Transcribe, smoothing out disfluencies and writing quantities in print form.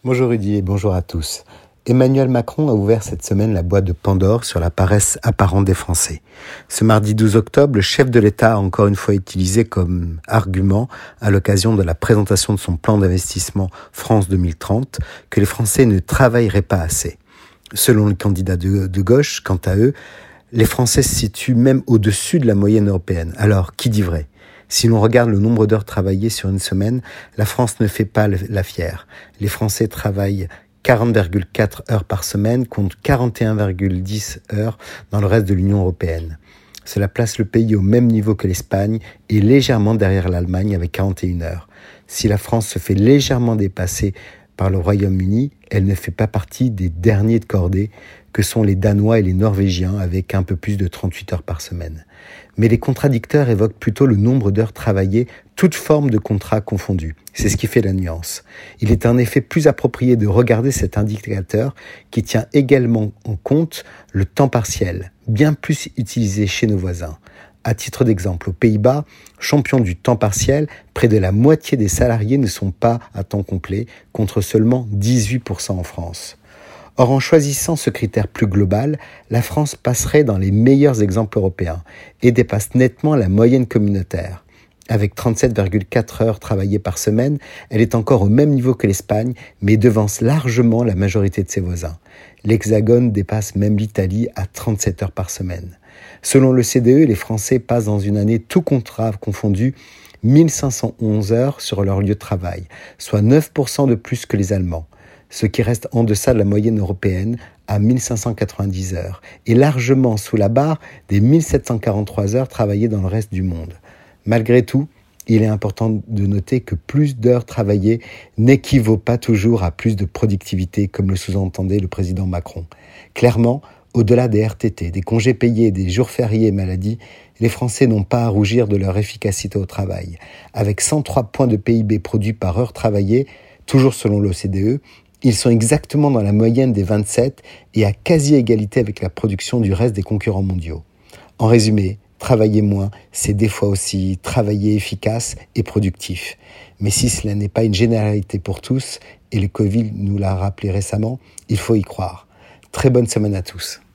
Bonjour Rudy et bonjour à tous. Emmanuel Macron a ouvert cette semaine la boîte de Pandore sur la paresse apparente des Français. Ce mardi 12 octobre, le chef de l'État a encore une fois utilisé comme argument, à l'occasion de la présentation de son plan d'investissement France 2030, que les Français ne travailleraient pas assez. Selon les candidats de gauche, quant à eux, les Français se situent même au-dessus de la moyenne européenne. Alors, qui dit vrai ? Si l'on regarde le nombre d'heures travaillées sur une semaine, la France ne fait pas la fière. Les Français travaillent 40,4 heures par semaine contre 41,10 heures dans le reste de l'Union européenne. Cela place le pays au même niveau que l'Espagne et légèrement derrière l'Allemagne avec 41 heures. Si la France se fait légèrement dépasser par le Royaume-Uni, elle ne fait pas partie des derniers de cordée que sont les Danois et les Norvégiens avec un peu plus de 38 heures par semaine. Mais les contradicteurs évoquent plutôt le nombre d'heures travaillées, toutes formes de contrats confondus. C'est ce qui fait la nuance. Il est en effet plus approprié de regarder cet indicateur qui tient également en compte le temps partiel, bien plus utilisé chez nos voisins. À titre d'exemple, aux Pays-Bas, champions du temps partiel, près de la moitié des salariés ne sont pas à temps complet, contre seulement 18% en France. Or, en choisissant ce critère plus global, la France passerait dans les meilleurs exemples européens et dépasse nettement la moyenne communautaire. Avec 37,4 heures travaillées par semaine, elle est encore au même niveau que l'Espagne, mais devance largement la majorité de ses voisins. L'Hexagone dépasse même l'Italie à 37 heures par semaine. Selon le CDE, les Français passent dans une année tout contrat confondu 1511 heures sur leur lieu de travail, soit 9% de plus que les Allemands, ce qui reste en deçà de la moyenne européenne à 1590 heures, et largement sous la barre des 1743 heures travaillées dans le reste du monde. Malgré tout, il est important de noter que plus d'heures travaillées n'équivaut pas toujours à plus de productivité, comme le sous-entendait le président Macron. Clairement, au-delà des RTT, des congés payés, des jours fériés et maladies, les Français n'ont pas à rougir de leur efficacité au travail. Avec 103 points de PIB produits par heure travaillée, toujours selon l'OCDE, ils sont exactement dans la moyenne des 27 et à quasi-égalité avec la production du reste des concurrents mondiaux. En résumé, travailler moins, c'est des fois aussi travailler efficace et productif. Mais si cela n'est pas une généralité pour tous, et le Covid nous l'a rappelé récemment, il faut y croire. Très bonne semaine à tous.